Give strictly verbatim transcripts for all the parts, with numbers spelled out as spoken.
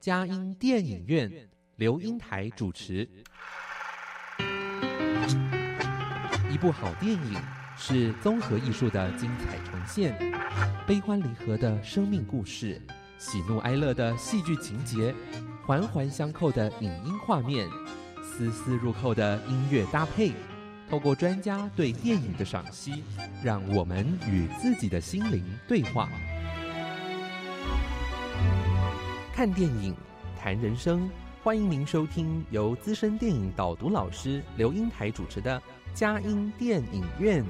佳音电影院，刘英台主持。一部好电影是综合艺术的精彩呈现，悲欢离合的生命故事，喜怒哀乐的戏剧情节，环环相扣的影音画面，丝丝入扣的音乐搭配。透过专家对电影的赏析，让我们与自己的心灵对话。看电影，谈人生，欢迎您收听由资深电影导读老师刘英台主持的佳音电影院。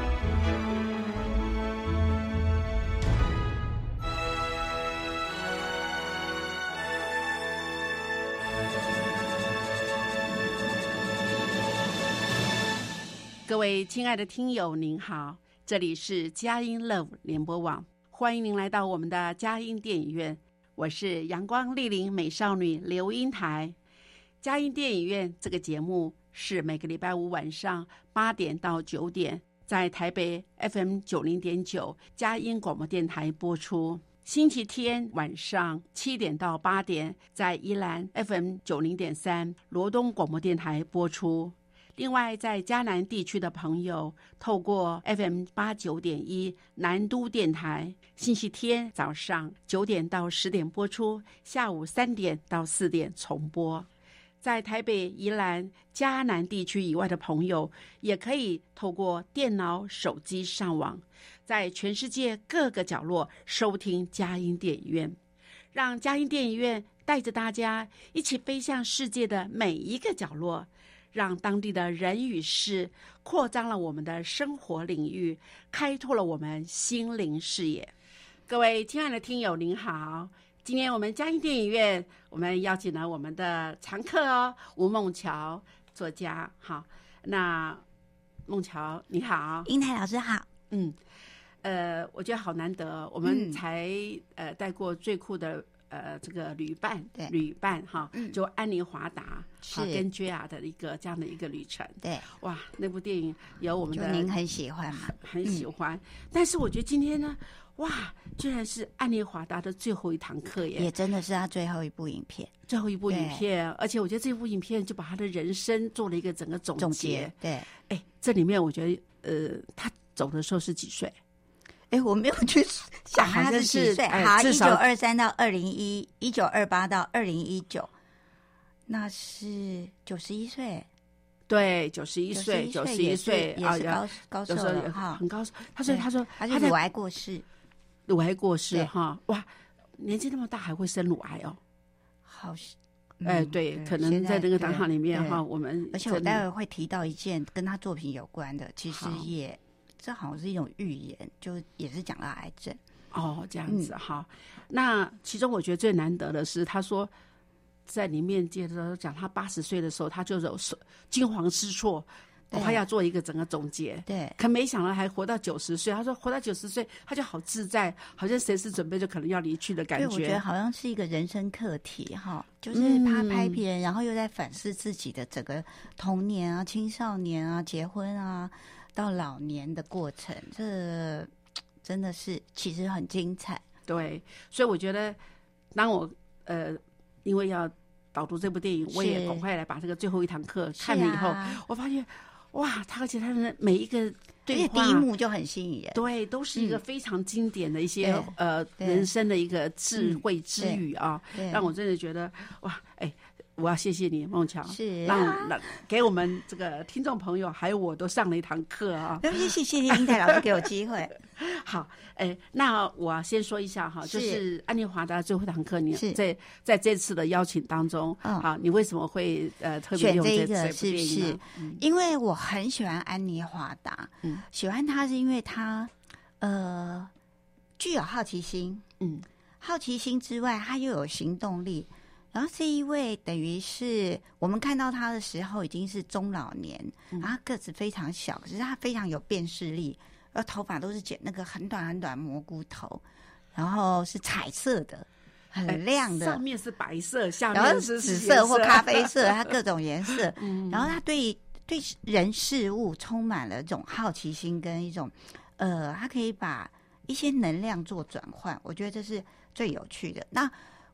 各位亲爱的听友您好，这里是佳音 Love 联播网，欢迎您来到我们的佳音电影院，我是阳光丽龄美少女刘英台。佳音电影院这个节目是每个礼拜五晚上八点到九点在台北 F M 九十点九 佳音广播电台播出，星期天晚上七点到八点在宜兰 F M 九十点三 罗东广播电台播出。另外在嘉南地区的朋友透过 F M 八十九点一 南都电台，星期天早上九点到十点播出，下午三点到四点重播。在台北宜兰嘉南地区以外的朋友也可以透过电脑手机上网，在全世界各个角落收听佳音电影院，让佳音电影院带着大家一起飞向世界的每一个角落，让当地的人与事扩张了我们的生活领域，开拓了我们心灵视野。各位亲爱的听友您好，今天我们佳音电影院我们邀请了我们的常客哦，吴孟乔作家。好，那孟乔你好。 英台老师好。 嗯，呃，我觉得好难得，我们才、嗯、呃带过最酷的呃，这个旅伴，旅伴哈、嗯，就安妮华达是跟 J R 的一个这样的一个旅程。对，哇，那部电影有我们的， 就您很喜欢嘛？ 很喜欢、嗯。但是我觉得今天呢，哇，居然是安妮华达的最后一堂课耶！ 也真的是他最后一部影片， 最后一部影片，而且我觉得这部影片就把他的人生做了一个整个总结。 总结对， 哎，这里面我觉得，呃，他走的时候是几岁？ 哎，我没有去想他是几岁，好，一九二三到二零一，一九二八到二零一九，那是九十一岁， 对，九十一岁，九十一岁也是高高寿了哈， 很高寿。他说，他说他是乳癌过世， 乳癌过世哈，哇，年纪那么大还会生乳癌哦， 好。 哎、嗯，对，可能在那个档案里面哈，我们而且我待会会提到一件跟他作品有关的，其实也。这好像是一种预言，就也是讲到癌症哦，这样子哈、嗯。那其中我觉得最难得的是，他说在里面接着讲他八十岁的时候，他就有惊惶失措，他要做一个整个总结。对，可没想到还活到九十岁。他说活到九十岁，他就好自在，好像随时准备就可能要离去的感觉。 对，我觉得好像是一个人生课题哈，就是他拍片、嗯，然后又在反思自己的整个童年啊、青少年啊、结婚啊。到老年的过程，这真的是其实很精彩。 对，所以我觉得，当我呃，因为要导读这部电影，我也赶快来把这个最后一堂课看了以后，啊、我发现，哇，他而且他的每一个对话， 第一幕就很吸引人， 对，都是一个非常经典的一些、嗯、呃人生的一个智慧之语啊，让我真的觉得哇，哎。我要谢谢你，孟乔， 是让让给我们这个听众朋友还有我都上了一堂课啊！ 谢谢谢谢英台老师给我机会。 好，哎，那我先说一下哈，就是安妮华达最后一堂课，你在在这次的邀请当中，嗯、好，你为什么会呃特别用这个？是不是、嗯？因为我很喜欢安妮华达，嗯，喜欢她是因为她呃具有好奇心，嗯，好奇心之外，她又有行动力。然后这一位等于是我们看到他的时候已经是中老年，嗯、然后个子非常小，可是他非常有辨识力，而头发都是剪那个很短很短蘑菇头，然后是彩色的，很亮的， 上面是白色，下面是紫色或咖啡色，它各种颜色。嗯、然后他对对人事物充满了这种好奇心跟一种呃，他可以把一些能量做转换，我觉得这是最有趣的。那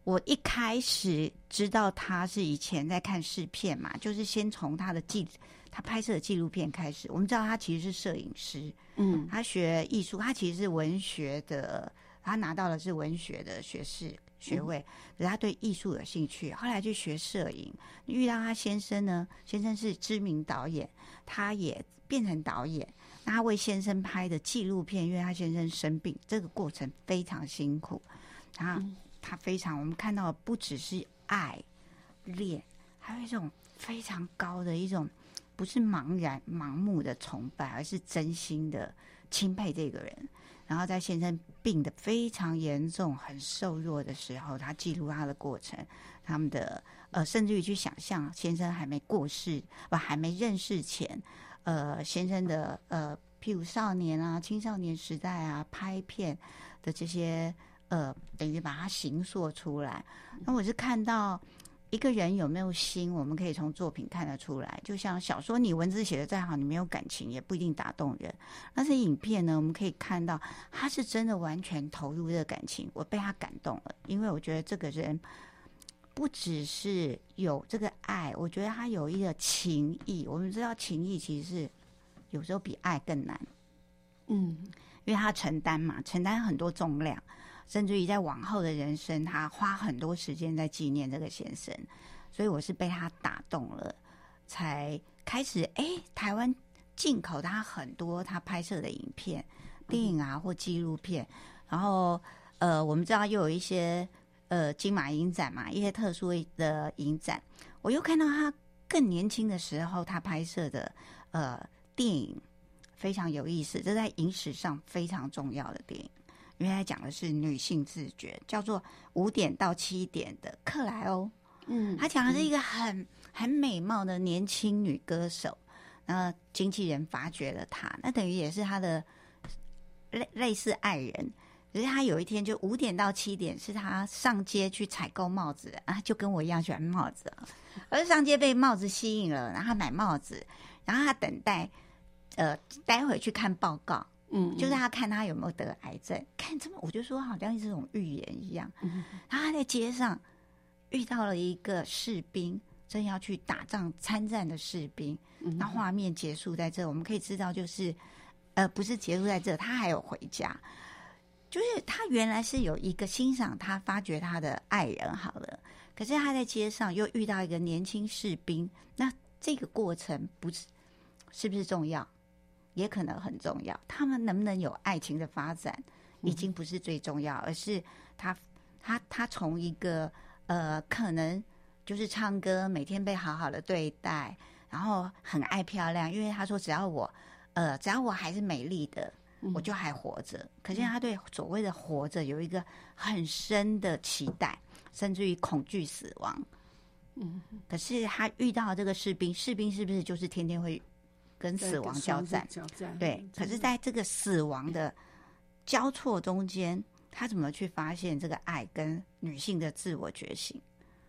我一开始知道他是以前在看试片嘛，就是先从他的纪他拍摄的纪录片开始。我们知道他其实是摄影师，嗯，他学艺术，他其实是文学的，他拿到的是文学的学士学位，可是他对艺术有兴趣，后来去学摄影。遇到他先生呢，先生是知名导演，他也变成导演。那他为先生拍的纪录片，因为他先生生病，这个过程非常辛苦。他、嗯、他非常，我们看到的不只是爱恋，还有一种非常高的一种，不是茫然盲目的崇拜，而是真心的钦佩这个人。然后在先生病得非常严重、很瘦弱的时候，他记录他的过程，他们的呃，甚至于去想象先生还没过世、不还没认识前，呃，先生的呃，譬如少年啊、青少年时代啊，拍片的这些呃，等于把它形塑出来。那我是看到一个人有没有心，我们可以从作品看得出来。就像小说，你文字写得再好，你没有感情也不一定打动人。但是影片呢，我们可以看到他是真的完全投入这个感情，我被他感动了。因为我觉得这个人不只是有这个爱，我觉得他有一个情谊。我们知道情谊其实是有时候比爱更难，嗯，因为他承担嘛，承担很多重量。甚至于在往后的人生，他花很多时间在纪念这个先生，所以我是被他打动了，才开始哎，台湾进口他很多他拍摄的影片、电影啊或纪录片，然后呃，我们知道又有一些呃金马影展嘛，一些特殊的影展，我又看到他更年轻的时候他拍摄的呃电影非常有意思，这在影史上非常重要的电影。因为他讲的是女性自觉，叫做五点到七点的克莱欧。嗯，他讲的是一个很很美貌的年轻女歌手，然后经纪人发掘了她，那等于也是他的类类似爱人。可是他有一天就五点到七点是他上街去采购帽子啊，就跟我一样喜欢帽子啊，而上街被帽子吸引了，然后他买帽子，然后他等待呃待会去看报告。嗯，就是他看他有没有得癌症，看这么，我就说好像是这种预言一样。嗯，然后他在街上遇到了一个士兵，正要去打仗参战的士兵。嗯，那画面结束在这，我们可以知道，就是呃，不是结束在这，他还有回家。就是他原来是有一个欣赏他、发掘他的爱人好了，可是他在街上又遇到一个年轻士兵，那这个过程不是是不是重要？也可能很重要，他们能不能有爱情的发展，已经不是最重要，而是他他他从一个呃，可能就是唱歌，每天被好好的对待，然后很爱漂亮，因为他说只要我呃，只要我还是美丽的，我就还活着。可是他对所谓的活着有一个很深的期待，甚至于恐惧死亡。嗯，可是他遇到这个士兵，士兵是不是就是天天会跟死亡交战？交战对，可是在这个死亡的交错中间，他怎么去发现这个爱跟女性的自我觉醒？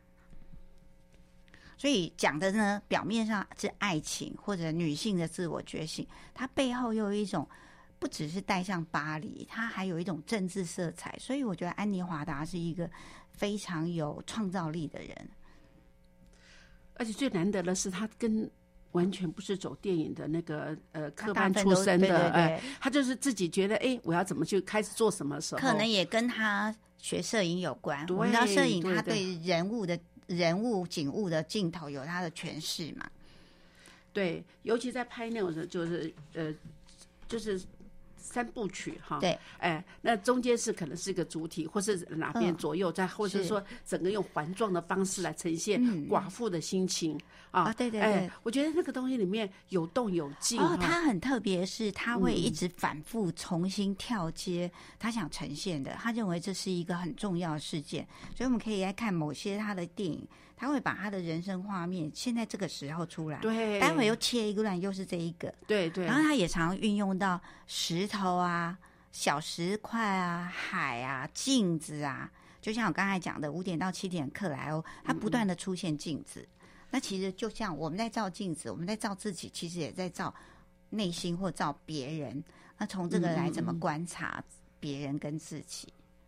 所以讲的呢，表面上是爱情或者女性的自我觉醒，它背后又有一种不只是带上巴黎，它还有一种政治色彩。所以我觉得安妮华达是一个非常有创造力的人， 而且最难得的是他跟完全不是走电影的那个呃科班出身的，对对对，呃，他就是自己觉得，哎，我要怎么去开始做什么时候， 可能也跟他学摄影有关。我们知道摄影，他对人物的人物景物的镜头有他的诠释嘛。 对，尤其在拍那种就是呃，就是三部曲哈， 对， 哎，那中间是可能是一个主体，或是哪边左右在，嗯，或者说整个用环状的方式来呈现寡妇的心情，嗯，啊， 对对对， 哎，我觉得那个东西里面有动有静。 哦，它很特别，是它会一直反复重新跳接，嗯，他想呈现的，他认为这是一个很重要的事件，所以我们可以来看某些他的电影。他会把他的人生画面现在这个时候出来， 对， 待会又切一个段，又是这一个， 对对。 然后他也常运用到石头啊、小石块啊、海啊、镜子啊，就像我刚才讲的五点到七点克莱欧，他不断的出现镜子。嗯，那其实就像我们在照镜子，我们在照自己，其实也在照内心或照别人。那从这个来怎么观察别人跟自己？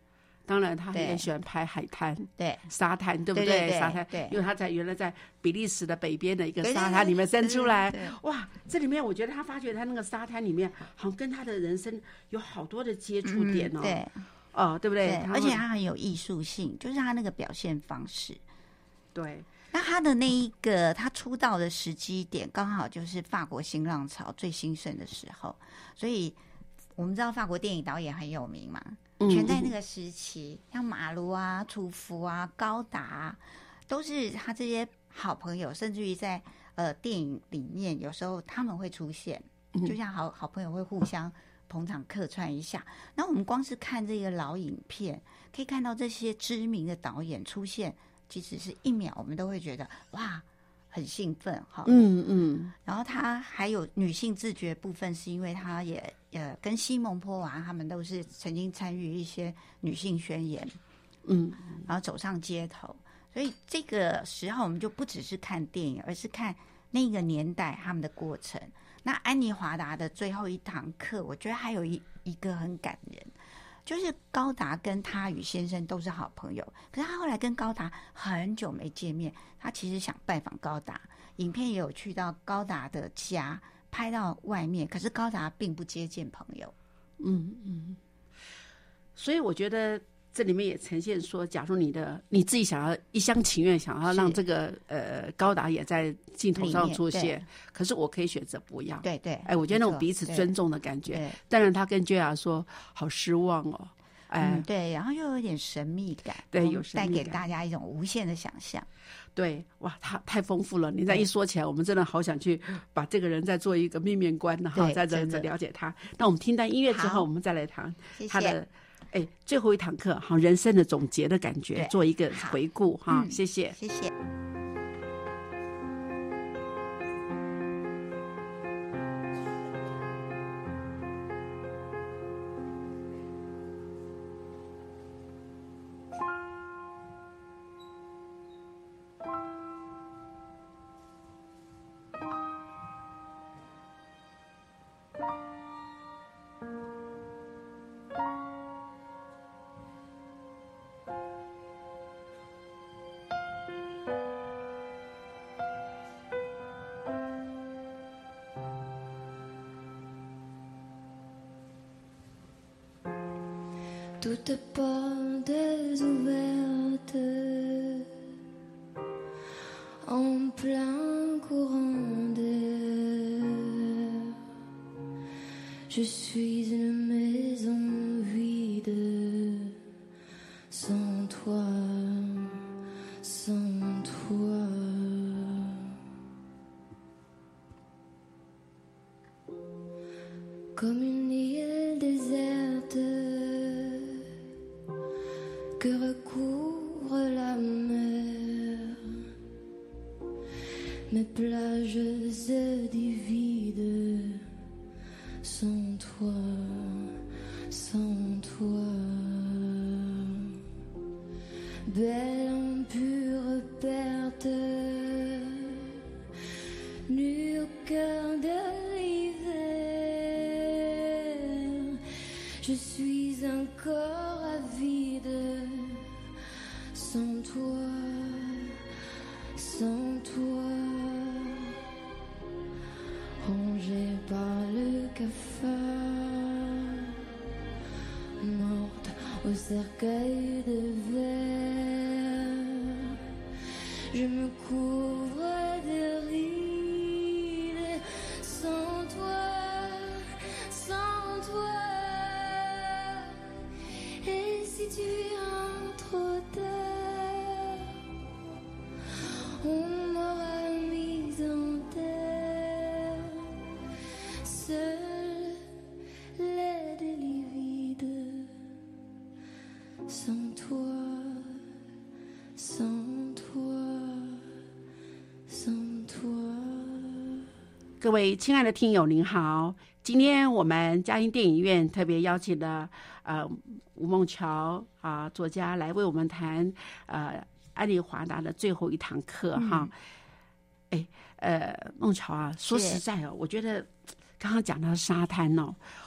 当然他也喜欢拍海滩， 对， 沙滩，对不对？ 对对对沙滩， 对， 因为他在原来在比利时的北边的一个沙滩里面生出来， 对对对对， 哇，这里面我觉得他发觉他那个沙滩里面好像跟他的人生有好多的接触点哦， 嗯、对， 哦，对不对？ 对，而且他很有艺术性，就是他那个表现方式， 对。 那他的那一个他出道的时机点，刚好就是法国新浪潮最兴盛的时候，所以我们知道法国电影导演很有名嘛。全在那个时期，像马卢啊、楚浮啊、高达、啊，都是他这些好朋友，甚至于在呃电影里面，有时候他们会出现，就像好好朋友会互相捧场客串一下。那我们光是看这个老影片，可以看到这些知名的导演出现，即使是一秒，我们都会觉得哇，很兴奋哈。 嗯嗯。 然后他还有女性自觉部分，是因为他也呃跟西蒙波娃他们都是曾经参与一些女性宣言， 嗯， 然后走上街头，所以这个时候我们就不只是看电影，而是看那个年代他们的过程。那安妮华达的最后一堂课，我觉得还有一一个很感人，就是高达跟他与先生都是好朋友，可是他后来跟高达很久没见面，他其实想拜访高达，影片也有去到高达的家，拍到外面，可是高达并不接见朋友。 嗯嗯，所以我觉得这里面也呈现说，假如你的你自己想要一厢情愿想要让这个呃高达也在镜头上出现，可是我可以选择不要。 对对， 哎，我觉得那种彼此尊重的感觉。当然，他跟 J R 说好失望哦，哎、 嗯，对，然后又有点神秘感， 对，有神秘感， 带给大家一种无限的想象。 对，哇，他太丰富了！你再一说起来，我们真的好想去把这个人再做一个面面观哈，再再再了解他。那我们听到音乐之后，我们再来谈他的。谢谢哎，最后一堂课，好，人生的总结的感觉，做一个回顾哈、嗯，谢谢， 谢谢。 Toutes portes ouvertes en plein courant d'air. Je suis une maison vide, sans toi, sans toi. Comme une île déserte que recouvre la mer, mes plages se divident sans toi, sans toi. Belle impure perte, nue au cœur de l'hiver, je suis un corps avide. Sans toi, sans toi, rongé par le cafard, morte au cercueil de verre, je me couvre de rides. Sans toi, sans toi, et si tu entres au terre, on m'aura mise en terre, seule, laide et livide. Sans toi, sans toi, sans toi。 各位亲爱的听友您好，今天我们嘉音电影院特别邀请了呃吴孟乔啊、呃、作家来为我们谈呃安妮华达的最后一堂课哈。哎、嗯、呃孟乔啊，说实在哦，我觉得刚刚讲到沙滩哦，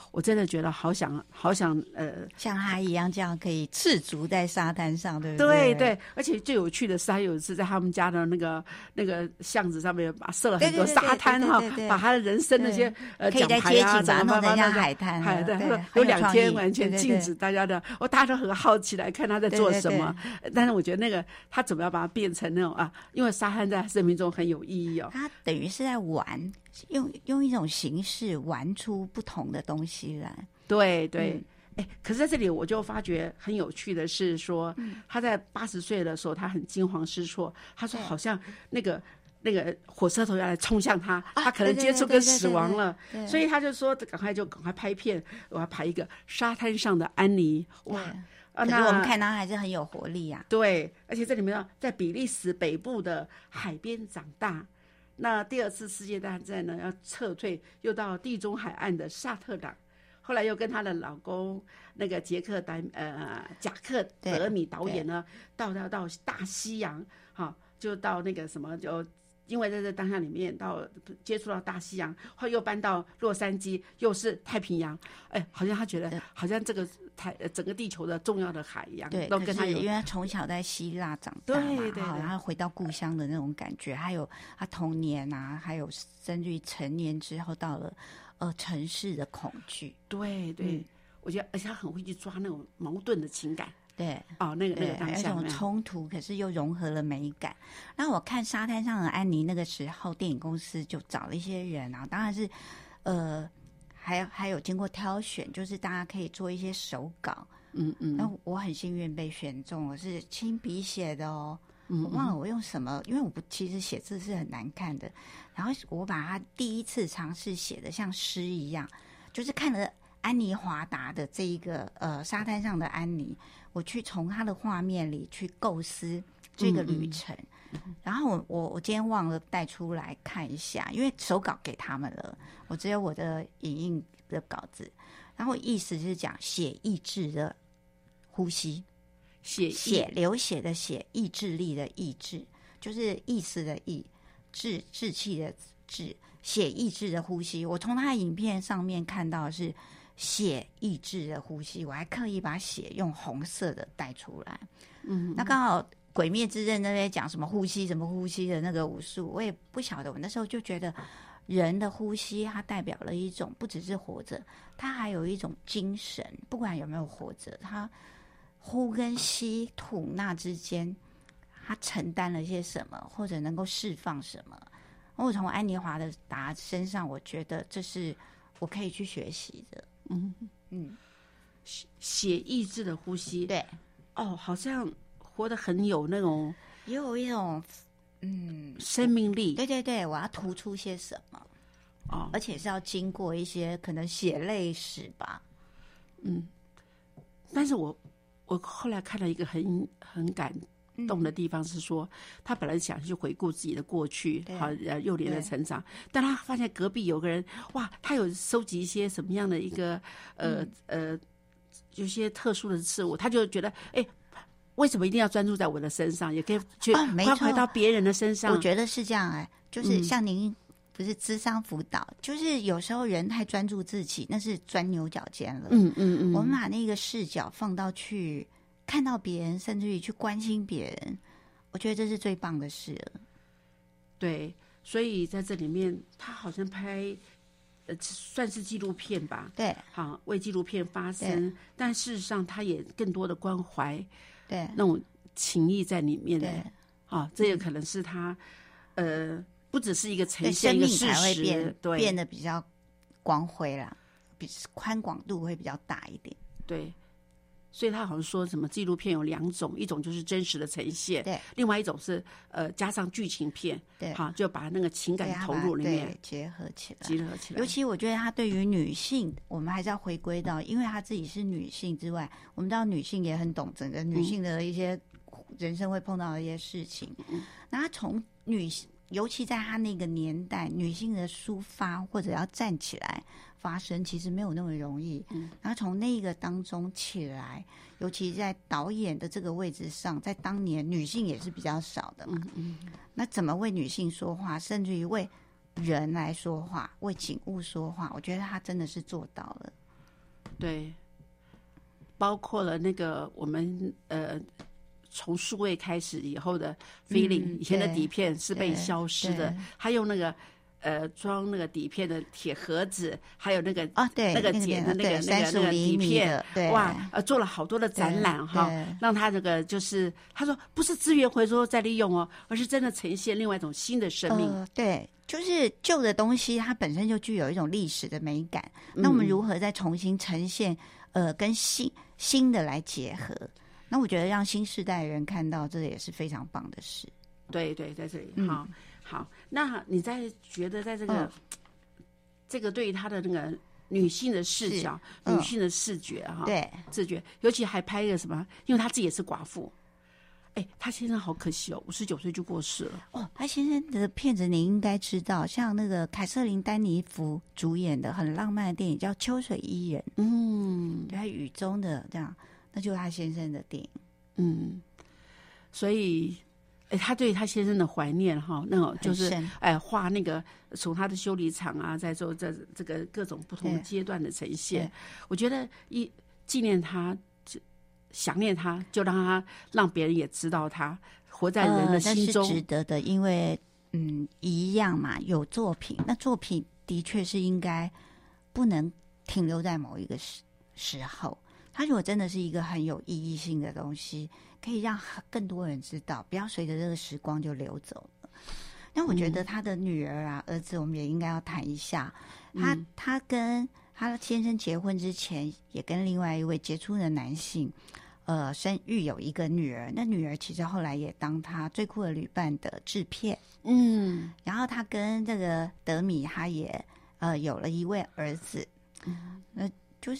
我真的觉得好想好想呃， 像他一样这样可以赤足在沙滩上，对不对？ 对对，而且最有趣的是，他有一次在他们家的那个那个巷子上面把设了很多沙滩哈，把他的人生那些呃奖牌啊， 怎么弄得像海滩， 海对，有两天完全禁止大家的，哦，大家都很好奇来看他在做什么。但是我觉得那个他怎么样把它变成那种啊，因为沙滩在他生命中很有意义哦， 他等于是在玩，用用一种形式玩出不同的东西来。 对对。嗯哎，可是在这里我就发觉很有趣的是说，嗯、他在八十岁的时候，他很惊慌失措。他说好像那个那个火车头要来冲向他，啊、他可能接触跟死亡了，所以他就说赶快就赶快拍片，我要拍一个沙滩上的安妮。哇！ 可是我们看他还是很有活力啊。 对，而且这里面在比利时北部的海边长大。那第二次世界大战呢，要撤退，又到地中海岸的萨特港。后来又跟她的老公那个杰克丹呃贾克德米导演呢，到到到大西洋，哈、哦，就到那个什么，就因为在这当下里面到接触到大西洋，后又搬到洛杉矶，又是太平洋，哎，好像他觉得好像这个台整个地球的重要的海洋， 对， 都跟他有， 因为他从小在希腊长大嘛， 对对对， 然后回到故乡的那种感觉，还有他童年啊，还有甚至于成年之后到了。呃，城市的恐惧， 对对、嗯，我觉得，而且他很会去抓那种矛盾的情感， 对， 哦，那个那个当下那种冲突，可是又融合了美感。然后我看沙滩上的安妮，那个时候电影公司就找了一些人啊，当然是，呃，还还有经过挑选，就是大家可以做一些手稿，嗯嗯。然后我很幸运被选中，我是亲笔写的哦。我忘了我用什么，因为我不其实写字是很难看的。然后我把它第一次尝试写的像诗一样，就是看了安妮华达的这一个呃沙滩上的安妮，我去从她的画面里去构思这个旅程。嗯嗯、然后我我我今天忘了带出来看一下，因为手稿给他们了，我只有我的影印的稿子。然后意思是讲写意志的呼吸。 血血流血的血，意志力的意志，就是意思的意，志志气的志，血意志的呼吸。我从他的影片上面看到的是血意志的呼吸，我还刻意把血用红色的带出来。嗯，那刚好《鬼灭之刃》那边讲什么呼吸，什么呼吸的那个武术，我也不晓得。我那时候就觉得，人的呼吸它代表了一种，不只是活着，它还有一种精神，不管有没有活着，它。呼跟吸吐纳之间，他承担了些什么，或者能够释放什么？我从安妮华的达身上，我觉得这是我可以去学习的。嗯嗯， 血意志的呼吸， 对， 哦，好像活得很有那种， 也有一种嗯生命力。 对对对，我要突出些什么？哦，而且是要经过一些可能血泪史吧。 嗯，但是我。我后来看了一个很很感动的地方，是说、嗯、他本来想去回顾自己的过去，好幼年的成长，但他发现隔壁有个人，哇，他有收集一些什么样的一个呃、嗯、呃，有些特殊的事物，他就觉得，哎，为什么一定要专注在我的身上，也可以去关怀到别人的身上？ 我觉得是这样哎、欸，就是像您。嗯不是諮商輔導，就是有時候人太專注自己，那是鑽牛角尖了。嗯嗯嗯，我們把那個視角放到去看到別人，甚至於去關心別人，我覺得這是最棒的事了。 對，所以在這裡面，他好像拍，呃，算是紀錄片吧。 對， 好，為紀錄片發聲，但事實上，他也更多的關懷， 對， 那種情誼在裡面。對，啊，這也可能是他，嗯、呃。不只是一個呈現一個事實， 才會變對變得比較光輝啦，比寬廣度會比較大一點。 對，所以他好像說什麼紀錄片有兩種，一種就是真實的呈現， 對， 另外一種是呃加上劇情片， 對， 好就把那個情感投入裡面， 對，結合起來， 結合起來。 尤其我覺得他對於女性，我們還是要回歸到，因為他自己是女性之外，我們知道女性也很懂整個女性的一些人生會碰到的一些事情。嗯，那他從女性。尤其在他那個年代，女性的抒發或者要站起來發聲，其實沒有那麼容易。嗯，然後從那個當中起來，尤其在導演的這個位置上，在當年女性也是比較少的嘛。嗯嗯，那怎麼為女性說話，甚至於為人來說話，為景物說話，我覺得他真的是做到了。 对，包括了那个我们呃。从数位开始以后的 feeling，、嗯、以前的底片是被消失的，还有那个呃装那个底片的铁盒子，还有那个啊、哦、对那个剪的那个那个那个底片，哇呃做了好多的展览哈，让他这个就是他说不是资源回收再利用哦，而是真的呈现另外一种新的生命。 呃、对，就是旧的东西它本身就具有一种历史的美感，嗯、那我们如何再重新呈现呃跟新新的来结合？那我觉得让新世代的人看到，这也是非常棒的事。 对对，在这里，嗯、好，好。那你在觉得在这个、嗯、这个对于他的那个女性的视角、嗯、女性的视觉哈， 对， 视觉，尤其还拍一个什么？因为他自己也是寡妇。哎，他先生好可惜哦，五十九岁就过世了。 哦，他先生的片子你应该知道，像那个凯瑟琳·丹尼弗主演的很浪漫的电影叫《秋水伊人》，嗯，就在雨中的这样。那就是他先生的电影， 嗯，所以，哎，他对他先生的怀念哈，那种就是哎画那个从他的修理厂啊，在做这这个各种不同的阶段的呈现，我觉得一纪念他，想念他，就让他让别人也知道他活在人的心中， 呃、是值得的，因为嗯一样嘛，有作品，那作品的确是应该不能停留在某一个时时候。它如果真的是一个很有意义性的东西，可以让更多人知道，不要随着这个时光就流走了。那我觉得他的女儿啊、嗯、儿子，我们也应该要谈一下。他、嗯、他跟他先生结婚之前，也跟另外一位杰出的男性，呃，生育有一个女儿。那女儿其实后来也当他最酷的旅伴的制片。嗯，然后他跟这个德米，他也呃有了一位儿子。嗯，那就是。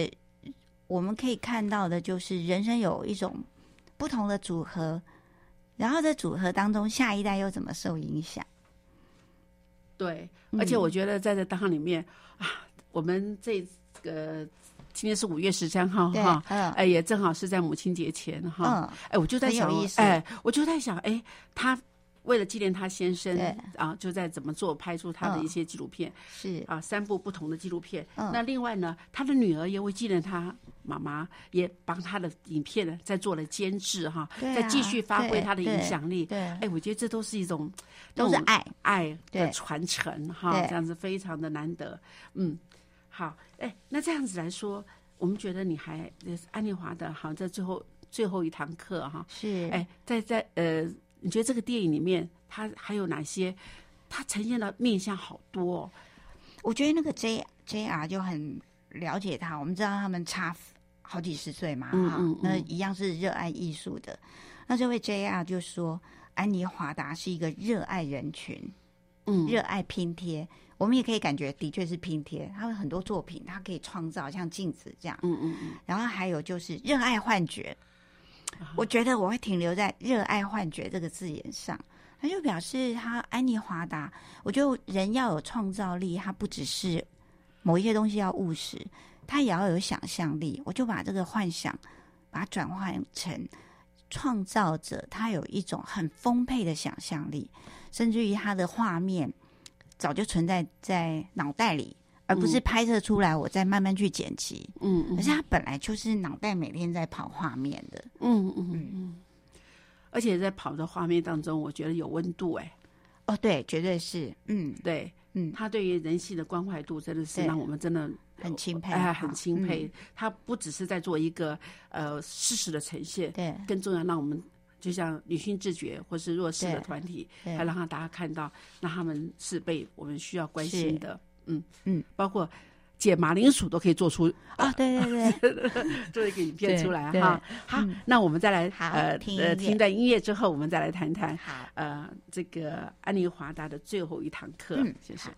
我们可以看到的就是人生有一种不同的组合，然后在组合当中下一代又怎么受影响。 对，而且我觉得在这档里面、嗯、啊，我们这个今天是五月十三号哈，嗯，哎，也正好是在母亲节前哈，嗯，哎，我就在想，哎，我就在想，哎，他为了纪念他先生啊，就在怎么做拍出他的一些纪录片， 是、嗯、 啊，三部不同的纪录片。嗯、那另外呢，他的女儿也为纪念他妈妈，也帮他的影片呢在做了监制哈，啊、再继续发挥他的影响力。 对， 哎，我觉得这都是一种都是爱爱的传承哈，这样子非常的难得。嗯，好，哎，那这样子来说，我们觉得你还安妮华的好在最后最后一堂课哈， 是哎，在在呃。你觉得这个电影里面，它还有哪些？它呈现的面向好多、哦。 我觉得那个 J J R 就很了解他。我们知道他们差好几十岁嘛，哈、嗯嗯嗯，那一样是热爱艺术的。那这位 J R 就说，安妮华达是一个热爱人群，嗯，热爱拼贴。我们也可以感觉，的确是拼贴。他有很多作品，他可以创造像镜子这样，嗯嗯嗯。然后还有就是热爱幻觉。我觉得我会停留在热爱幻觉这个字眼上，他就表示他安妮华达，我觉得人要有创造力，他不只是某一些东西要务实，他也要有想象力。我就把这个幻想把它转换成创造者，他有一种很丰沛的想象力，甚至于他的画面早就存在在脑袋里，而不是拍摄出来我再慢慢去剪辑，嗯，而且他本来就是脑袋每天在跑画面的， 嗯嗯嗯嗯，而且在跑的画面当中，我觉得有温度、欸，哎， 哦，对，绝对是，嗯， 对，嗯，他对于人性的关怀度真的是让我们真的很钦佩， 哎，很钦佩。嗯、他不只是在做一个呃事实的呈现， 对， 更重要让我们就像女性自觉或是弱势的团体，还让大家看到，让他们是被我们需要关心的。嗯嗯，包括捡马铃薯都可以做出啊、哦，对对对， 做一个影片出来哈。好、嗯，那我们再来呃听呃听段音乐之后，我们再来谈谈好呃这个安妮华达的最后一堂课。嗯，谢谢。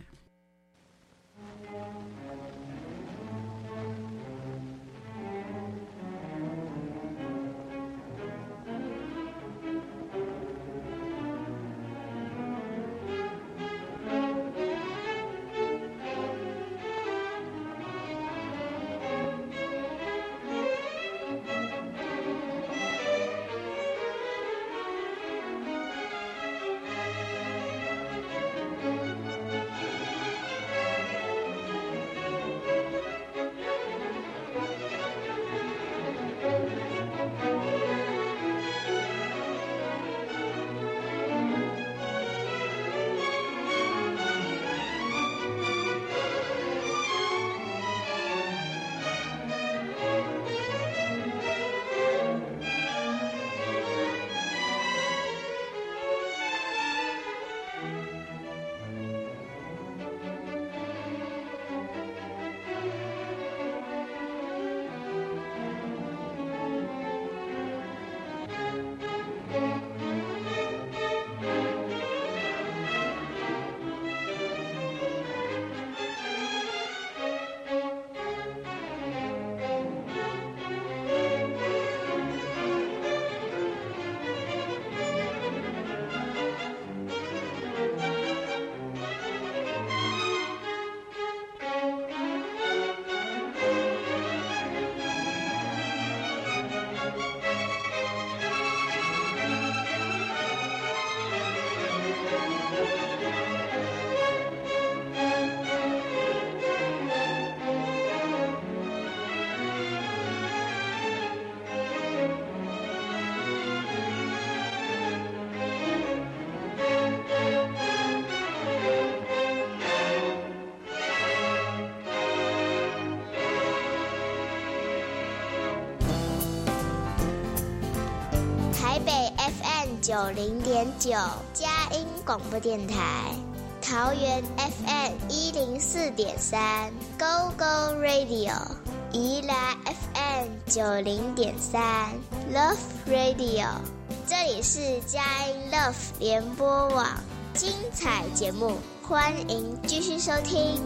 零点九佳音广播电台，桃园 F M 一零四点三 Go Go Radio， 宜兰 F M 九零点三 Love Radio， 这里是佳音 Love 联播网，精彩节目，欢迎继续收听。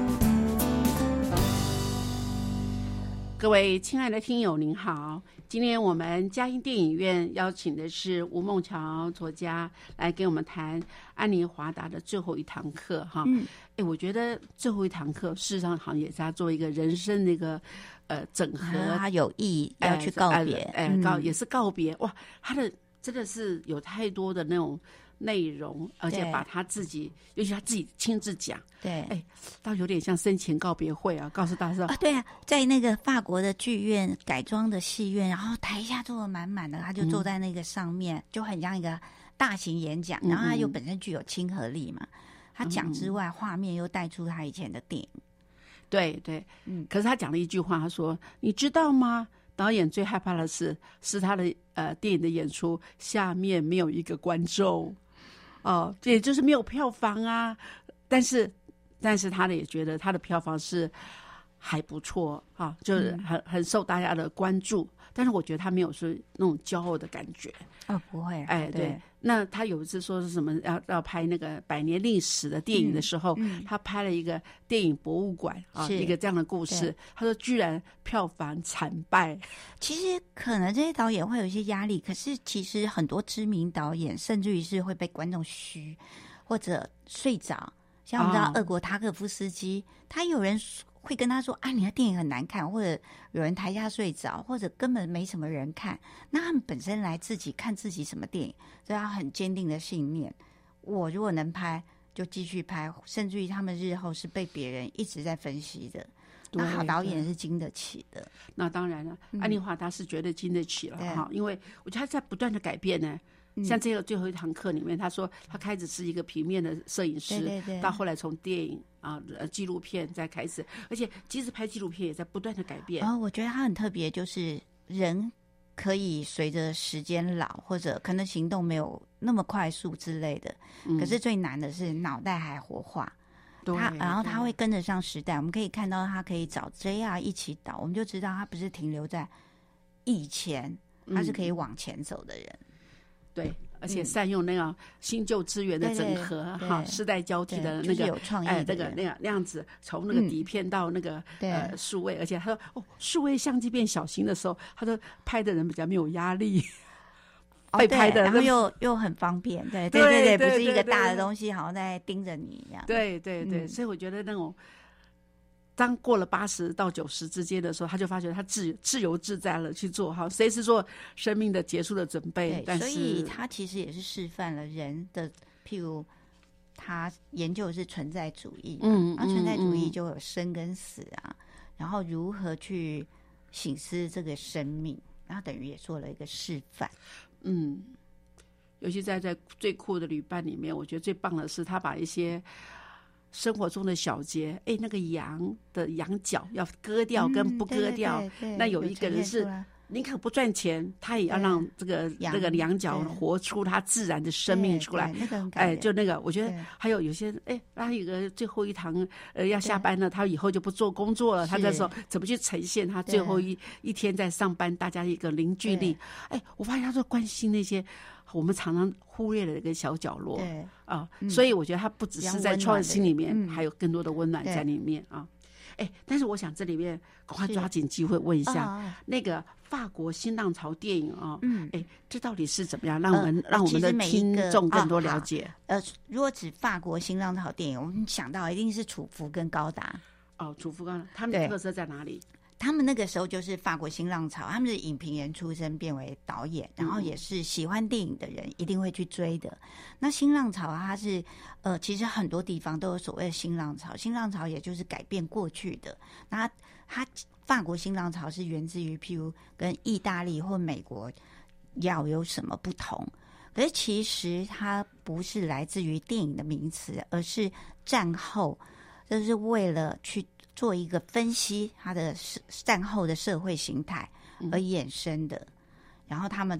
各位亲爱的听友您好，今天我们佳音电影院邀请的是吴孟乔作家来给我们谈安妮华达的最后一堂课哈。嗯，哎，我觉得最后一堂课事实上好像也是他做一个人生的一个呃整合， 他、啊、有意要去告别， 哎、呃呃呃，告、嗯、也是告别哇，他的真的是有太多的那种内容，而且把他自己，尤其他自己亲自讲， 对， 哎，倒有点像生前告别会啊，告诉大家啊，对啊，在那个法国的剧院改装的戏院，然后台下坐得满满的，他就坐在那个上面，嗯、就很像一个大型演讲，然后他又本身具有亲和力嘛，他讲之外，画面又带出他以前的电影， 对对，嗯，可是他讲了一句话，他说：“你知道吗？”导演最害怕的是，是他的呃电影的演出下面没有一个观众。哦，这也就是没有票房啊，但是，但是他的也觉得他的票房是还不错啊，就是很很受大家的关注。但是我觉得他没有说那种骄傲的感觉。 哦，不会， 哎，对。对，那他有一次说是什么要要拍那个百年历史的电影的时候，嗯嗯、他拍了一个电影博物馆啊，一个这样的故事。他说居然票房惨败。 其实可能这些导演会有一些压力，可是其实很多知名导演甚至于是会被观众嘘或者睡着。像我们知道俄国塔可夫斯基，哦、他有人会跟他说啊，你的电影很难看，或者有人台下睡着，或者根本没什么人看。那他们本身来自己看自己什么电影，所以他很坚定的信念，我如果能拍就继续拍，甚至于他们日后是被别人一直在分析的。那好导演是经得起的。 那当然了，嗯、安妮华达是绝对经得起了哈，因为我觉得他在不断的改变呢。像这个最后一堂课里面，他说他开始是一个平面的摄影师， 对对对， 到后来从电影啊、呃、纪录片再开始，而且即使拍纪录片也在不断的改变。 哦，我觉得他很特别，就是人可以随着时间老，或者可能行动没有那么快速之类的，嗯、可是最难的是脑袋还活化。他然后他会跟得上时代，我们可以看到他可以找 J R 一起导，我们就知道他不是停留在以前，他是可以往前走的人。嗯， 对，而且善用那个新旧资源的整合，哈，世代交替的那个有创意， 哎，那个那样那样子，从那个底片到那个、嗯、呃数位，而且他说哦，数位相机变小型的时候，他说拍的人比较没有压力。 被拍的，然后又又很方便，对对对 对, 对，不是一个大的东西，好像在盯着你一样。 对对对，嗯、所以我觉得那种，当过了八十到九十之间的时候，他就发觉他自自由自在了去做哈，随时做生命的结束的准备。但是， 所以他其实也是示范了人的，譬如他研究的是存在主义，嗯，然后存在主义就有生跟死啊，嗯、然后如何去省思这个生命，然后等于也做了一个示范。 嗯，尤其在在最酷的旅伴里面，我觉得最棒的是他把一些生活中的小节，哎，那个羊的羊角要割掉跟不割掉，嗯、对对对，那有一个人是宁可不赚钱，他也要让这个这个羊角活出它自然的生命出来。 那个哎，就那个，我觉得还有有些哎，他有个最后一堂呃要下班了，他以后就不做工作了，他在说怎么去呈现他最后一一天在上班，大家一个凝聚力。哎，我发现他说关心那些我们常常忽略的一个小角落啊，嗯、所以我觉得他不只是在创新里面，嗯、还有更多的温暖在里面啊。哎，但是我想这里面赶快抓紧机会问一下，哦、那个法国新浪潮电影啊，嗯，哎，这到底是怎么样让我们、呃、让我们的听众更多了解？ 呃，如果指法国新浪潮电影，我们想到一定是楚服跟高达。 哦，楚服高达，他们的特色在哪里？ 他们那个时候就是法国新浪潮，他们是影评人出身变为导演，然后也是喜欢电影的人一定会去追的。那新浪潮啊，它是呃，其实很多地方都有所谓的新浪潮，新浪潮也就是改变过去的。那它法国新浪潮是源自于譬如跟意大利或美国要有什么不同，可是其实它不是来自于电影的名词，而是战后就是为了去做一个分析它的战后的社会形态而衍生的，嗯、然后他们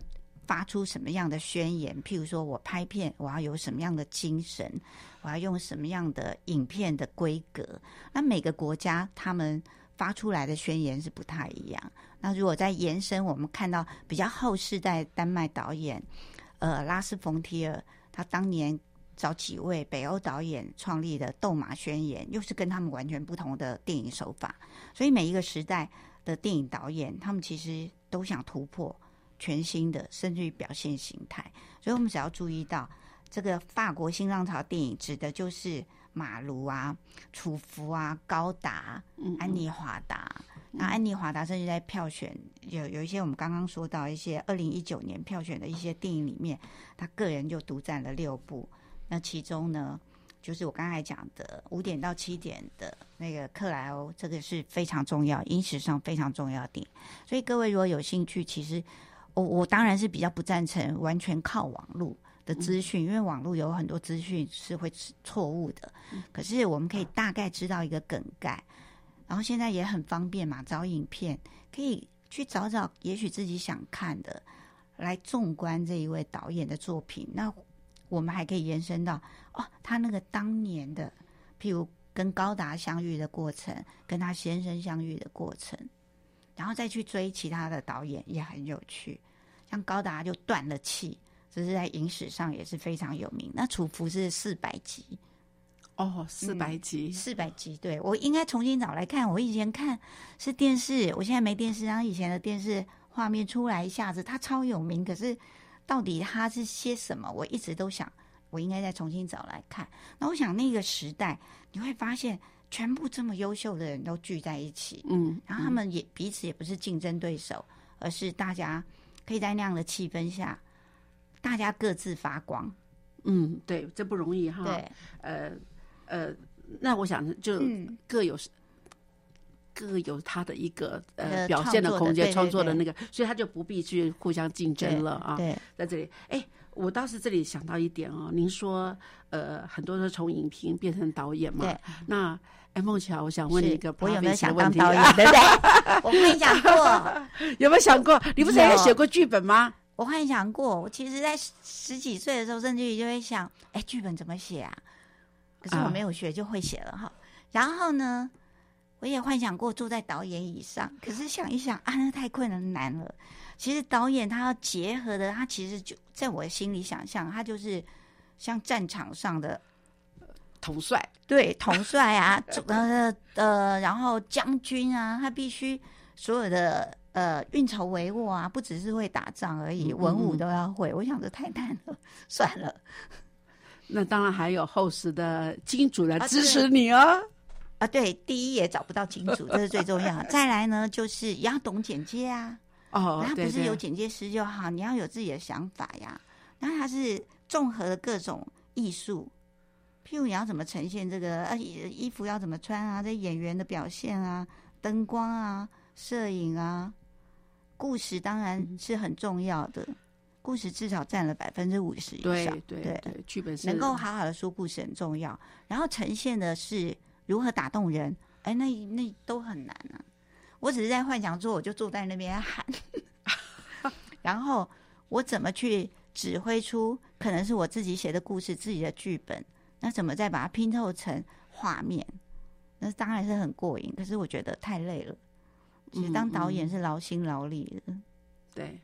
发出什么样的宣言，譬如说我拍片我要有什么样的精神，我要用什么样的影片的规格，那每个国家他们发出来的宣言是不太一样。那如果再延伸，我们看到比较后世代丹麦导演呃拉斯冯提尔，他当年找几位北欧导演创立的斗马宣言，又是跟他们完全不同的电影手法。所以每一个时代的电影导演，他们其实都想突破全新的甚至于表现形态。所以我们只要注意到这个法国新浪潮电影指的就是马卢啊、楚服啊、高达、安妮华达。那安妮华达甚至在票选有有一些我们刚刚说到一些二零一九年票选的一些电影里面，他个人就独占了六部。那其中呢，就是我刚才讲的五点到七点的那个克莱欧，这个是非常重要，影史上非常重要的电影。所以各位如果有兴趣，其实我我当然是比较不赞成完全靠网络的资讯，因为网络有很多资讯是会错误的。可是我们可以大概知道一个梗概，然后现在也很方便嘛，找影片可以去找找，也许自己想看的，来纵观这一位导演的作品。那我们还可以延伸到哦，他那个当年的，譬如跟高达相遇的过程，跟他先生相遇的过程，然后再去追其他的导演也很有趣。像高达就断了气，这是在影史上也是非常有名。那楚服是四百集， 哦，四百集， 四百集，对，我应该重新找来看。我以前看是电视，我现在没电视，然后以前的电视画面出来一下子，它超有名，可是到底它是些什么？我一直都想，我应该再重新找来看。那我想那个时代，你会发现全部这么优秀的人都聚在一起，嗯，然后他们也彼此也不是竞争对手，而是大家可以在那样的气氛下，大家各自发光。 嗯，对，这不容易哈。 对， 呃呃，那我想就各有。嗯各有他的一个呃表现的空间，创作的那个，所以他就不必去互相竞争了啊。 对， 在这里，哎，我倒是这里想到一点哦，您说呃很多都从影评变成导演嘛？ 对。 那哎，孟乔，我想问你一个， 我有没有想当导演？对不对？我幻想过， 有没有想过？你不是也写过剧本吗？ 我幻想过，我其实在十几岁的时候，甚至于就会想，哎，剧本怎么写啊？可是我没有学就会写了哈。然后呢？我也幻想过坐在导演椅上，可是想一想啊，那太困难难了。其实导演他要结合的，他其实就在我心里想象，他就是像战场上的统帅， 对，统帅啊，呃呃，然后将军啊，他必须所有的呃运筹帷幄啊，不只是会打仗而已，文武都要会。我想这太难了，算了。 那当然还有后世的金主来支持你哦。 啊，对，第一也找不到金主，这是最重要的。再来呢，就是也要懂剪接啊。 哦， 他不是有剪接师就好，你要有自己的想法呀。然后它是综合了各种艺术，譬如你要怎么呈现这个，呃，衣服要怎么穿啊，这演员的表现啊，灯光啊，摄影啊，故事当然是很重要的。故事至少占了百分之五十以上。 对对对，剧本是能够好好的说故事很重要。然后呈现的是如何打动人，哎，那那都很难啊！我只是在幻想说，我就坐在那边喊，然后我怎么去指挥出可能是我自己写的故事、自己的剧本，那怎么再把它拼凑成画面？那当然是很过瘾，可是我觉得太累了。其实当导演是劳心劳力的。 嗯嗯、对，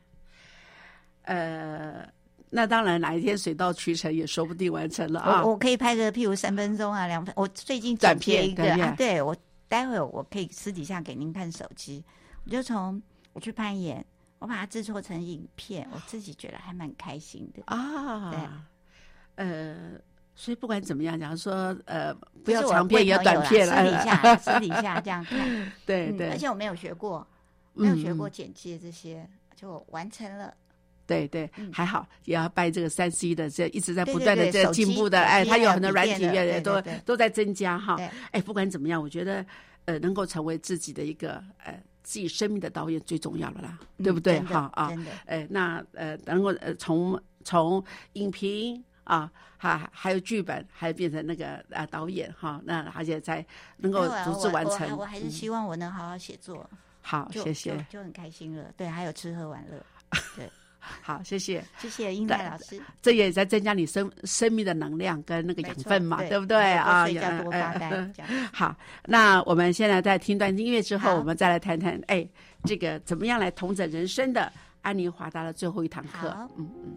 呃。那当然，哪一天水到渠成也说不定完成了啊！ 我我可以拍个譬如三分钟啊，两分。我最近短片一个啊，对我待会我可以私底下给您看手机。我就从我去攀岩，我把它制作成影片，我自己觉得还蛮开心的啊。 对， 呃，所以不管怎么样，假如说呃，不要长片也短片了， 私底下私底下这样看。 对对、嗯， 而且我没有学过，没有学过剪接这些，嗯、就完成了。 对对，还好，也要拜这个三 C 的这一直在不断的这进步的，哎，它有很多软体也都都在增加哈。哎，不管怎么样，我觉得呃，能够成为自己的一个呃自己生命的导演最重要了啦， 嗯、 对不对？哈啊， 真的， 哎，那呃，能够呃从从影评啊，还还有剧本，还变成那个啊导演哈，那而且才能够独自完成。 我, 我, 我还是希望我能好好写作。 好，谢谢， 就很开心了。对，还有吃喝玩乐，对。 好，谢谢， 谢谢英奈老师。 这也在增加你生生命的能量跟那个养分嘛， 对, 对不对啊？ 睡觉多发呆、呃呃。好，那我们现在在听段音乐之后，我们再来谈谈，哎，这个怎么样来统整人生的安妮华达的最后一堂课。嗯嗯。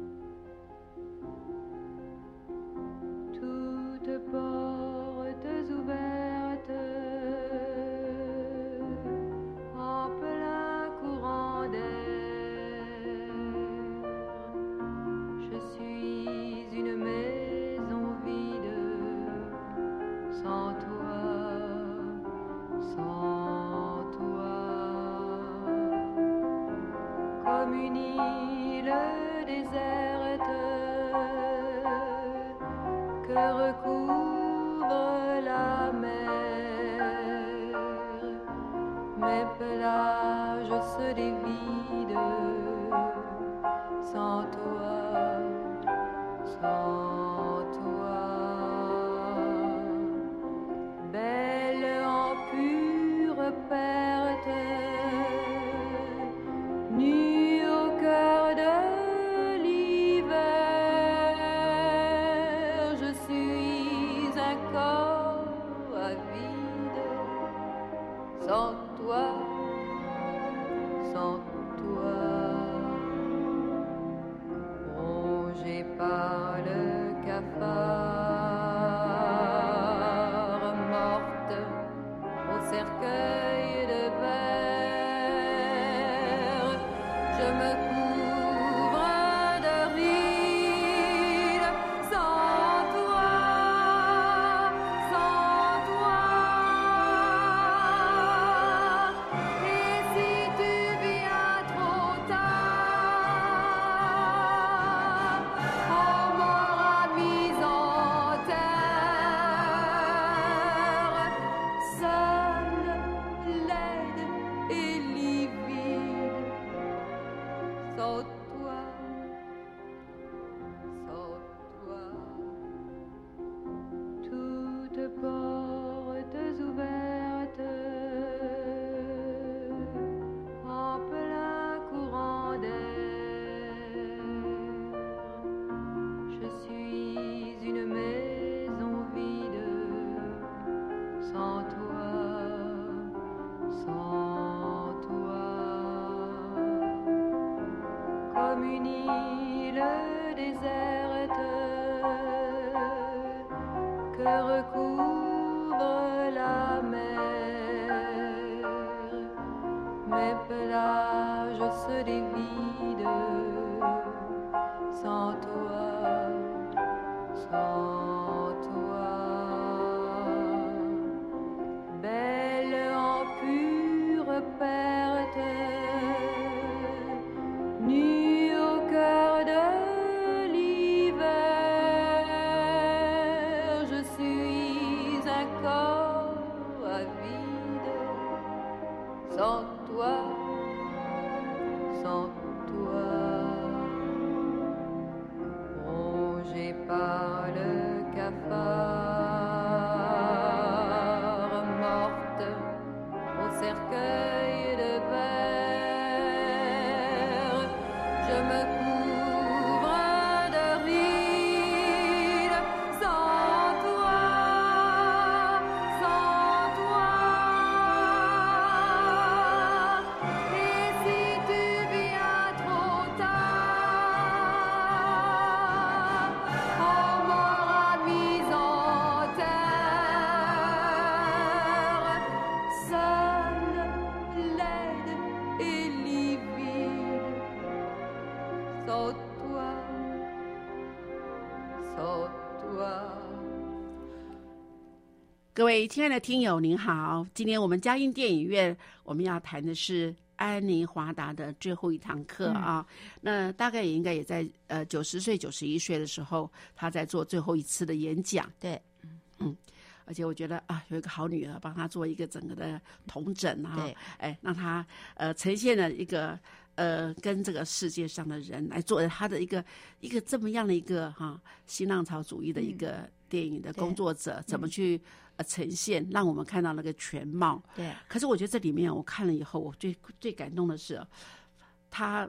各位亲爱的听友您好，今天我们佳音电影院我们要谈的是安妮华达的最后一堂课啊、嗯、那大概也应该也在呃九十岁九十一岁的时候他在做最后一次的演讲。 对， 嗯，而且我觉得啊，有一个好女儿帮他做一个整个的统整啊， 对， 哎，让他呃呈现了一个呃跟这个世界上的人来做他的一个一个这么样的一个哈、啊、新浪潮主义的一个电影的工作者、嗯、怎么去呃呈现，让我们看到那个全貌。 对， 可是我觉得这里面我看了以后，我最最感动的是他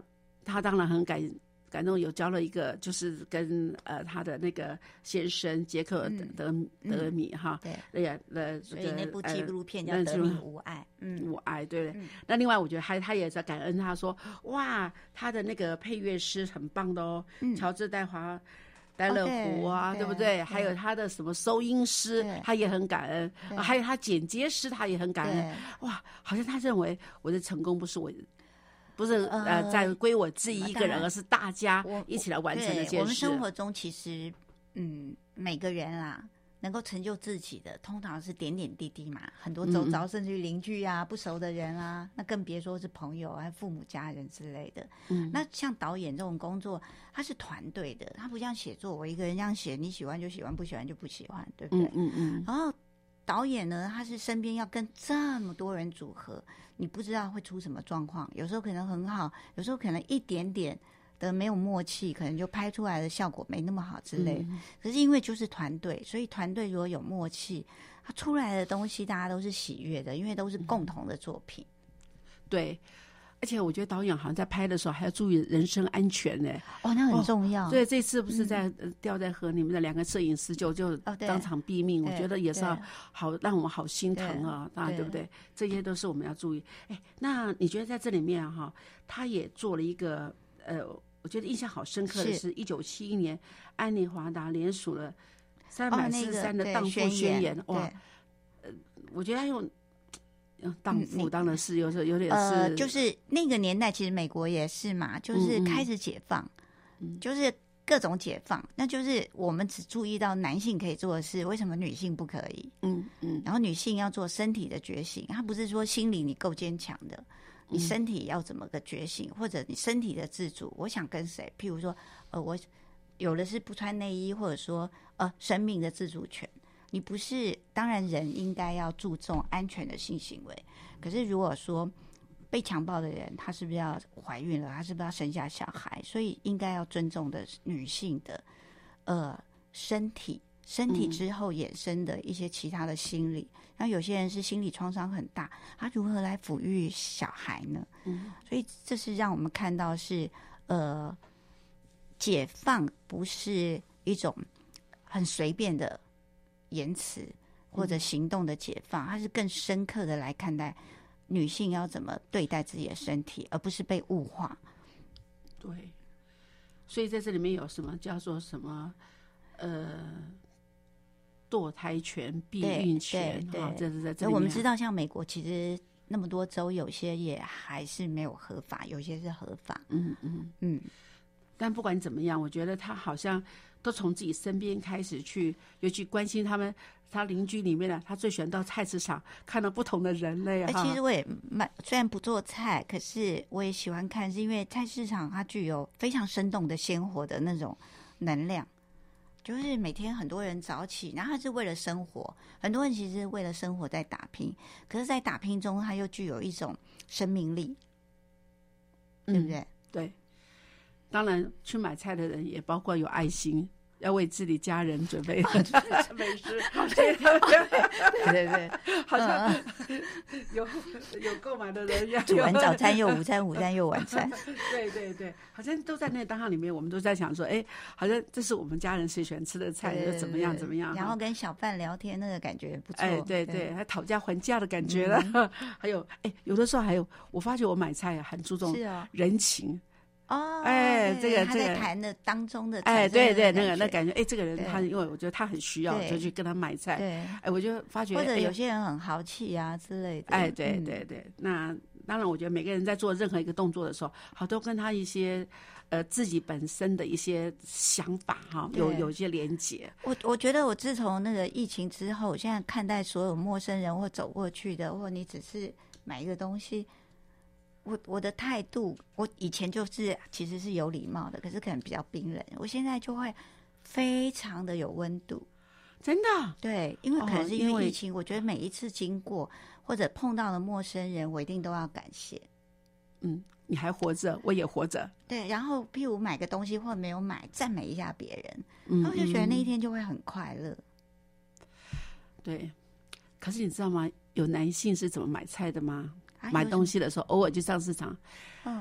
他当然很感感动，有交了一个就是跟呃他的那个先生杰克德、嗯、德米哈， 对， 那个呃， 所以那部纪录片叫《德米无爱》，嗯， 无爱，对。嗯、那另外我觉得他他也在感恩，他说哇，他的那个配乐师很棒的哦，嗯、乔治戴华。戴乐湖啊、哦， 对, 对不对？还有他的什么收音师，他也很感恩、啊；还有他剪接师，他也很感恩。哇，好像他认为我的成功不是我，不是呃, 呃在归我自己一个人，而是大家一起来完成这件事。 我们生活中其实，嗯，每个人啦，能够成就自己的，通常是点点滴滴嘛。很多周遭，甚至于邻居啊、不熟的人啊，那更别说是朋友啊、父母、家人之类的。嗯，那像导演这种工作，它是团队的，它不像写作，我一个人这样写，你喜欢就喜欢，不喜欢就不喜欢，对不对？嗯嗯嗯。然后导演呢，他是身边要跟这么多人组合，你不知道会出什么状况，有时候可能很好，有时候可能一点点的没有默契，可能就拍出来的效果没那么好之类的。嗯、可是因为就是团队，所以团队如果有默契，它出来的东西大家都是喜悦的，因为都是共同的作品。 嗯、对。而且我觉得导演好像在拍的时候还要注意人身安全呢、欸。 哦，那很重要。 哦、所以这次不是在、嗯、掉在河里面的两个摄影师就就当场毙命，哦、我觉得也是要好让我们好心疼啊，啊，对不对？这些都是我们要注意。哎，那你觉得在这里面哈、啊，他也做了一个呃，我觉得印象好深刻的是，一九七一年安妮华达联署了三百四十三的荡妇宣言，哦那个、哇，呃，我觉得他用。荡妇当然是有时候有点是、 呃，就是那个年代，其实美国也是嘛，就是开始解放，嗯、就是各种解放，那就是我们只注意到男性可以做的事，为什么女性不可以？嗯嗯，然后女性要做身体的觉醒，它不是说心理你够坚强的，你身体要怎么个觉醒，或者你身体的自主，我想跟谁？譬如说，呃，我有的是不穿内衣，或者说呃，生命的自主权。你不是，当然人应该要注重安全的性行为。可是如果说被强暴的人，她是不是要怀孕了？她是不是要生下小孩？所以应该要尊重的女性的呃身体，身体之后衍生的一些其他的心理。然后有些人是心理创伤很大，他如何来抚育小孩呢？嗯，所以这是让我们看到是呃解放不是一种很随便的言辞或者行动的解放，它是更深刻的来看待女性要怎么对待自己的身体，而不是被物化。 对，所以在这里面有什么叫做什么呃堕胎权、避孕权， 对， 这是在这里面。 我们知道，像美国其实那么多州，有些也还是没有合法，有些是合法。 嗯嗯嗯。但不管怎么样，我觉得他好像都从自己身边开始去，尤其关心他们，他邻居里面的，他最喜欢到菜市场看到不同的人类哈。 其实我也蛮，虽然不做菜，可是我也喜欢看，是因为菜市场它具有非常生动的、鲜活的那种能量。就是每天很多人早起，然后他是为了生活，很多人其实是为了生活在打拼，可是在打拼中他又具有一种生命力，对不对？ 嗯、对。当然，去买菜的人也包括有爱心，要为自己家人准备美食。对对对对，好像有有购买的人要煮完早餐又午餐，午餐又晚餐。 对对对，好像都在那个当下里面，我们都在想说，哎，好像这是我们家人最喜欢吃的菜，就怎么样怎么样。 然后跟小贩聊天，那个感觉不错。 哎，对对，还讨价还价的感觉了。嗯、还有，哎，有的时候还有，我发觉我买菜很注重人情。 哦， 哎，这个他在谈的当中的， 哎，对对，那个那感觉，哎，这个人他因为我觉得他很需要，就去跟他买菜， 对， 哎，我就发觉， 或者有些人很豪气啊之类的， 哎，对对对，那当然，我觉得每个人在做任何一个动作的时候，好都跟他一些呃自己本身的一些想法哈，有有一些连结。 我我觉得我自从那个疫情之后，我现在看待所有陌生人或走过去的，或你只是买一个东西。我我的态度，我以前就是其实是有礼貌的，可是可能比较冰冷。我现在就会非常的有温度， 真的。 对，因为可能是因为疫情，哦、我觉得每一次经过或者碰到了陌生人，我一定都要感谢。 嗯，你还活着，我也活着。 对，然后譬如买个东西或没有买，赞美一下别人，嗯、然后就觉得那一天就会很快乐。 对，可是你知道吗？有男性是怎么买菜的吗？买东西的时候，偶尔就上市场，嗯，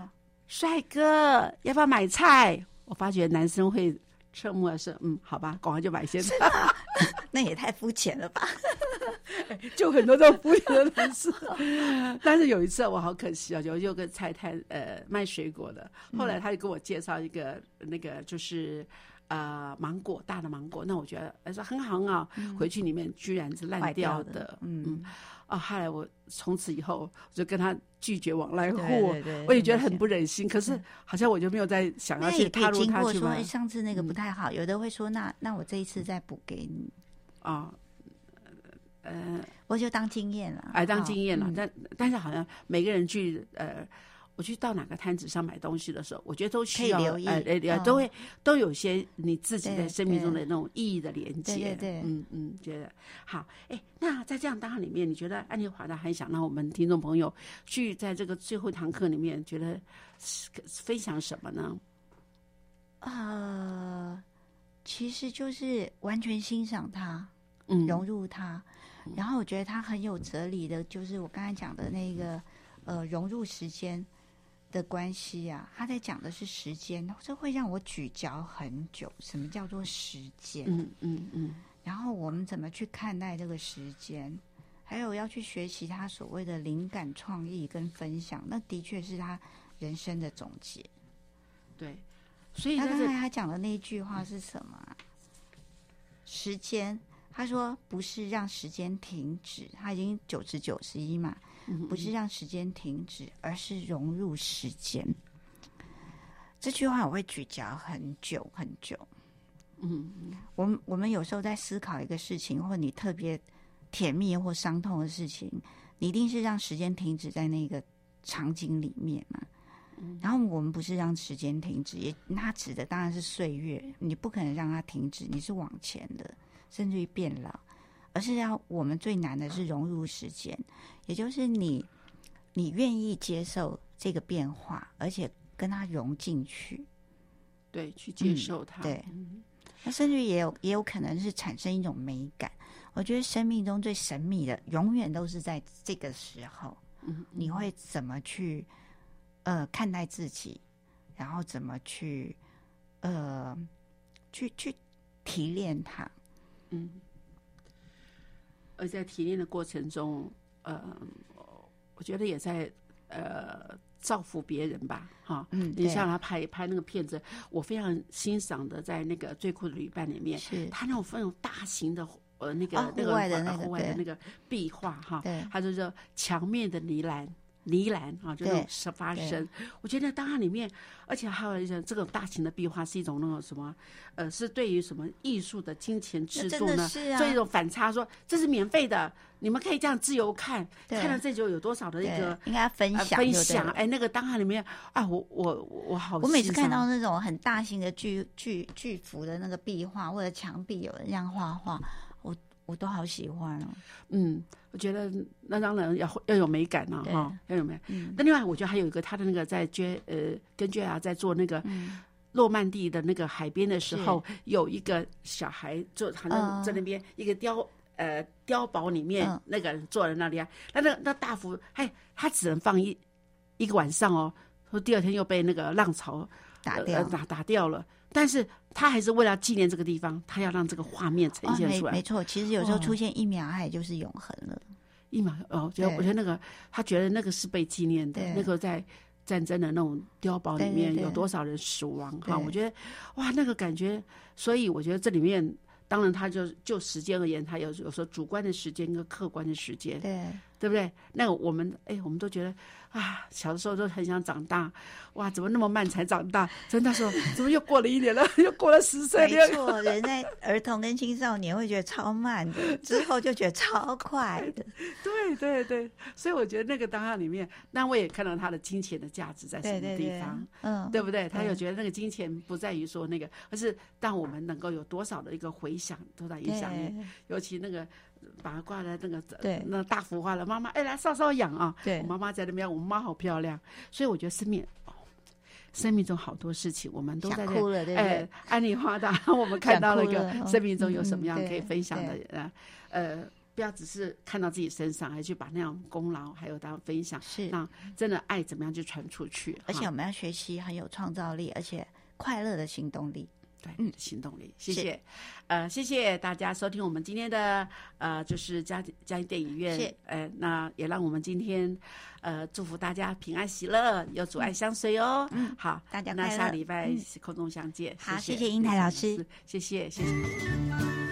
帅哥，要不要买菜？我发觉男生会侧目而视，嗯，好吧，赶快就买些菜。 那也太肤浅了吧。 就很多这种肤浅的人士。但是有一次我好可惜啊，就有个菜摊呃卖水果的，后来他就跟我介绍一个那个就是呃芒果，大的芒果，那我觉得他说很好很好，嗯、回去里面居然是烂掉的， 的嗯嗯啊，后来我从此以后我就跟他拒绝往来货， 对对对， 我也觉得很不忍心，可是好像我就没有再想要去踏入他去说，哎，上次那个不太好，嗯、有的会说，那那我这一次再补给你啊。呃， 我就当经验了， 哎，当经验了。但、嗯、但是好像每个人去呃，我去到哪个摊子上买东西的时候，我觉得都需要留意， 呃呃，都会、哦、都有些你自己在生命中的那种意义的连接。 对对对， 嗯嗯，觉得好。哎，那在这样当下里面，你觉得安妮华达还想让我们听众朋友去在这个最后一堂课里面，觉得分享什么呢？ 呃，其实就是完全欣赏它， 嗯， 融入它。然后我觉得他很有哲理的，就是我刚才讲的那个呃融入时间的关系啊，他在讲的是时间，这会让我咀嚼很久。什么叫做时间？ 嗯嗯嗯。 然后我们怎么去看待这个时间？还有要去学习他所谓的灵感、创意跟分享，那的确是他人生的总结。 对，所以他刚才他讲的那一句话是什么、啊？时间。他说不是让时间停止，他已经九十九十一嘛，不是让时间停止，而是融入时间。这句话我会咀嚼很久很久。 嗯， 我们我们有时候在思考一个事情，或你特别甜蜜或伤痛的事情，你一定是让时间停止在那个场景里面嘛。然后我们不是让时间停止，也它指的当然是岁月，你不可能让它停止，你是往前的。甚至于变老，而是要我们最难的是融入时间，也就是你你愿意接受这个变化，而且跟它融进去， 对，去接受它。 嗯、对，那甚至于也有也有可能是产生一种美感。我觉得生命中最神秘的，永远都是在这个时候， 嗯， 你会怎么去呃看待自己，然后怎么去呃去去提炼它。 嗯，而在提炼的过程中，呃，我觉得也在呃造福别人吧，哈。嗯，你像他拍拍那个片子，我非常欣赏的，在那个最酷的旅伴里面， 是他那种那种大型的呃那个、 哦、 那个户外的那个户外的那个壁画哈， 对， 他就是墙面的呢栏。呢栏啊，就那种发声，我觉得当然里面，而且还有一种这种大型的壁画是一种那种什么，呃，是对于什么艺术的金钱制度呢？ 是啊， 做一种反差，说这是免费的，你们可以这样自由看，看到这就有多少的一个应该分享、 呃、分享，哎，那个当然里面啊，我我我好， 我每次看到那种很大型的巨巨巨幅的那个壁画或者墙壁有人这样画画，我我都好喜欢哦。 嗯。我觉得那当然要要有美感了、啊、哈，要有美。嗯，那另外我觉得还有一个他的那个在 J 呃跟 J R 在做那个诺曼底的那个海边的时候，有一个小孩坐好像在那边、嗯、一个碉呃碉堡里面、嗯、那个人坐在那里啊，那那那大幅哎他只能放一一个晚上哦，说第二天又被那个浪潮打掉、呃、 打打掉了。但是他还是为了纪念这个地方，他要让这个画面呈现出来。 哦、没, 没错，其实有时候出现一秒，它也就是永恒了。 一秒哦，觉得我觉得那个他觉得那个是被纪念的，那个在战争的那种碉堡里面有多少人死亡哈？我觉得哇，那个感觉，所以我觉得这里面当然他就就时间而言，他有有时候主观的时间跟客观的时间， 对对不对？那个我们哎，我们都觉得啊，小的时候都很想长大，哇，怎么那么慢才长大？真的说怎么又过了一年了，又过了十岁？ 没错，人在儿童跟青少年会觉得超慢的，之后就觉得超快的。 对对对，所以我觉得那个当下里面，那我也看到他的金钱的价值在什么地方， 对对对嗯， 对不对？他又觉得那个金钱不在于说那个，而是当我们能够有多少的一个回响，多大影响力，尤其那个。把它挂在那个那大幅画了，妈妈哎来搔搔痒啊！ 对， 我妈妈在那边，我妈好漂亮，所以我觉得生命，哦、生命中好多事情，我们都在哭了，对不对？ 哎，安妮华达，我们看到了一个生命中有什么样可以分享的，呃呃， 不要只是看到自己身上，还去把那样功劳还有当分享， 是那真的爱怎么样去传出去。 而且我们要学习很有创造力，而且快乐的行动力。 对，嗯，行动力，谢谢，呃，谢谢大家收听我们今天的呃，就是嘉嘉义电影院， 是， 呃，那也让我们今天呃祝福大家平安喜乐，有主爱相随哦。 嗯， 好， 大家快乐， 那下礼拜空中相见。 好， 谢谢谢英台老师， 谢谢，谢谢。